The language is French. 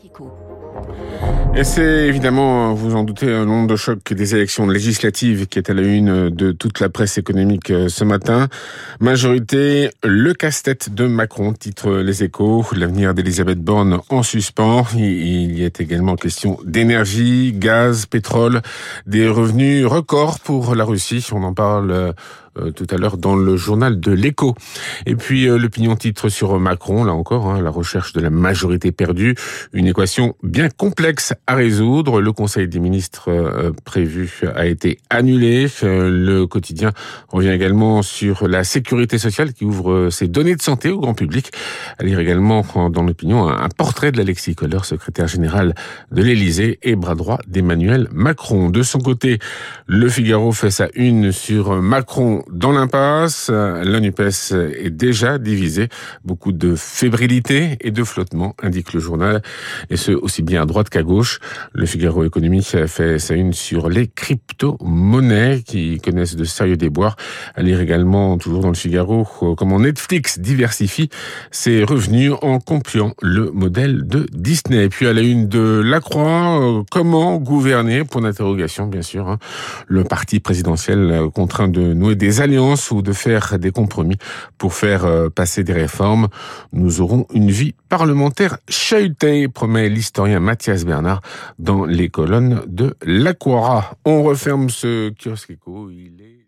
Kiko. Et c'est évidemment, vous en doutez, un onde de choc des élections législatives qui est à la une de toute la presse économique ce matin. Majorité, le casse-tête de Macron, titre Les Échos, l'avenir d'Elisabeth Borne en suspens. Il y est également question d'énergie, gaz, pétrole, des revenus records pour la Russie. On en parle tout à l'heure dans le journal de l'Écho. Et puis l'opinion titre sur Macron, là encore, la recherche de la majorité perdue, une équation bien complexe à résoudre. Le Conseil des ministres prévu a été annulé. Le quotidien revient également sur la sécurité sociale qui ouvre ses données de santé au grand public. À lire également dans l'opinion un portrait de l'Alexis Kohler, secrétaire général de l'Élysée et bras droit d'Emmanuel Macron. De son côté, Le Figaro fait sa une sur Macron dans l'impasse. La NUPES est déjà divisée. Beaucoup de fébrilité et de flottement, indique le journal, et ce aussi bien à droite qu'à gauche. Le Figaro Économie fait sa une sur les crypto-monnaies qui connaissent de sérieux déboires. À lire également, toujours dans le Figaro, comment Netflix diversifie ses revenus en copiant le modèle de Disney. Et puis à la une de La Croix, comment gouverner, point d'interrogation bien sûr. Le parti présidentiel contraint de nouer des alliances ou de faire des compromis pour faire passer des réformes. Nous aurons une vie parlementaire chahutée, promet l'historien Mathias Bernard dans les colonnes de l'Aqua. On referme ce kiosque éco, il est